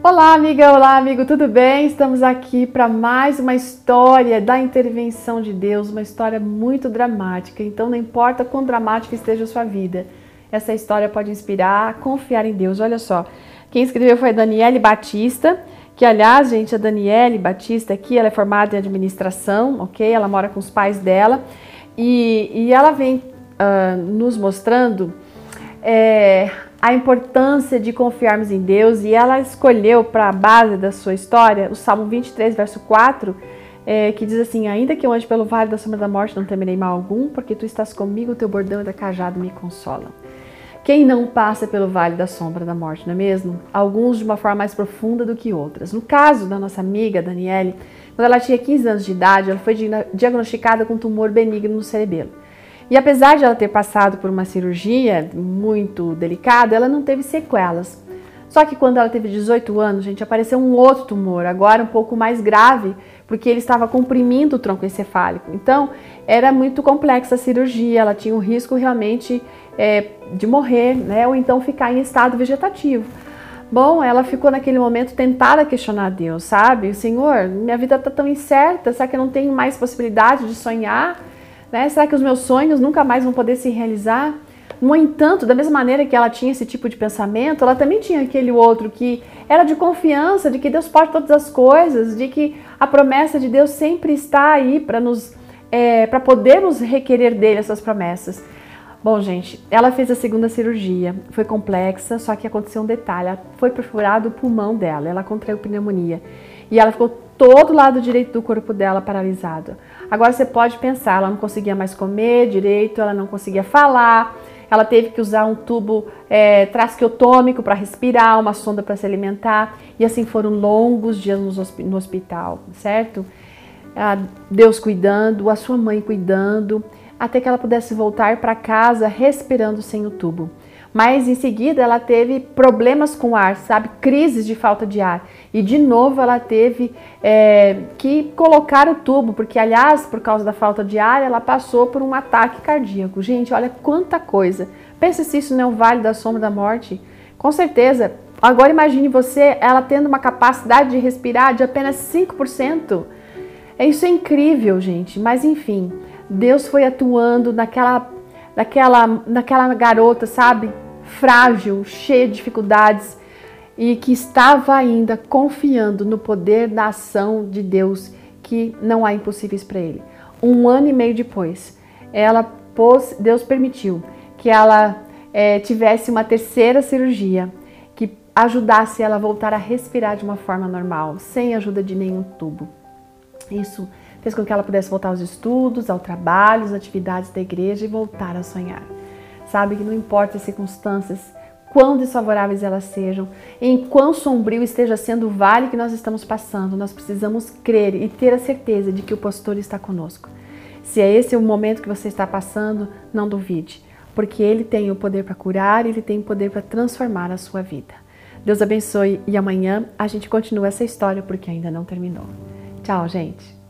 Olá, amiga, olá, amigo, tudo bem? Estamos aqui para mais uma história da intervenção de Deus, uma história muito dramática. Então, não importa quão dramática esteja a sua vida, essa história pode inspirar a confiar em Deus. Olha só, quem escreveu foi a Daniele Batista, que, aliás, gente, a Daniele Batista aqui, ela é formada em administração, ok? Ela mora com os pais dela e ela vem nos mostrando a importância de confiarmos em Deus, e ela escolheu para a base da sua história o Salmo 23, verso 4, que diz assim: ainda que eu ande pelo vale da sombra da morte, não temerei mal algum, porque tu estás comigo, o teu bordão e teu cajado me consolam. Quem não passa pelo vale da sombra da morte, não é mesmo? Alguns de uma forma mais profunda do que outras. No caso da nossa amiga Daniele, quando ela tinha 15 anos de idade, ela foi diagnosticada com um tumor benigno no cerebelo. E apesar de ela ter passado por uma cirurgia muito delicada, ela não teve sequelas. Só que quando ela teve 18 anos, gente, apareceu um outro tumor, agora um pouco mais grave, porque ele estava comprimindo o tronco encefálico. Então, era muito complexa a cirurgia, ela tinha um risco realmente de morrer, né? Ou então ficar em estado vegetativo. Bom, ela ficou naquele momento tentada a questionar Deus, sabe? Senhor, minha vida está tão incerta, será que eu não tenho mais possibilidade de sonhar? Né? Será que os meus sonhos nunca mais vão poder se realizar? No entanto, da mesma maneira que ela tinha esse tipo de pensamento, ela também tinha aquele outro que era de confiança, de que Deus pode todas as coisas, de que a promessa de Deus sempre está aí para podermos requerer dele essas promessas. Bom, gente, ela fez a segunda cirurgia, foi complexa, só que aconteceu um detalhe, foi perfurado o pulmão dela, ela contraiu pneumonia e ela ficou todo o lado direito do corpo dela paralisado. Agora você pode pensar, ela não conseguia mais comer direito, ela não conseguia falar, ela teve que usar um tubo traqueotômico para respirar, uma sonda para se alimentar, e assim foram longos dias no hospital, certo? Deus cuidando, a sua mãe cuidando, até que ela pudesse voltar para casa respirando sem o tubo. Mas em seguida ela teve problemas com o ar, sabe? Crises de falta de ar. E de novo ela teve que colocar o tubo, porque aliás, por causa da falta de ar, ela passou por um ataque cardíaco. Gente, olha quanta coisa. Pensa se isso não é um vale da sombra da morte. Com certeza. Agora imagine você, ela tendo uma capacidade de respirar de apenas 5%. Isso é incrível, gente. Mas enfim, Deus foi atuando naquela garota, sabe? Frágil, cheia de dificuldades e que estava ainda confiando no poder da ação de Deus, que não há impossíveis para ele. 1 ano e meio depois, Deus permitiu que ela tivesse uma terceira cirurgia que ajudasse ela a voltar a respirar de uma forma normal, sem a ajuda de nenhum tubo. Isso fez com que ela pudesse voltar aos estudos, ao trabalho, às atividades da igreja e voltar a sonhar. Sabe que não importa as circunstâncias, quão desfavoráveis elas sejam, em quão sombrio esteja sendo o vale que nós estamos passando, nós precisamos crer e ter a certeza de que o pastor está conosco. Se é esse o momento que você está passando, não duvide, porque Ele tem o poder para curar, Ele tem o poder para transformar a sua vida. Deus abençoe e amanhã a gente continua essa história porque ainda não terminou. Tchau, gente!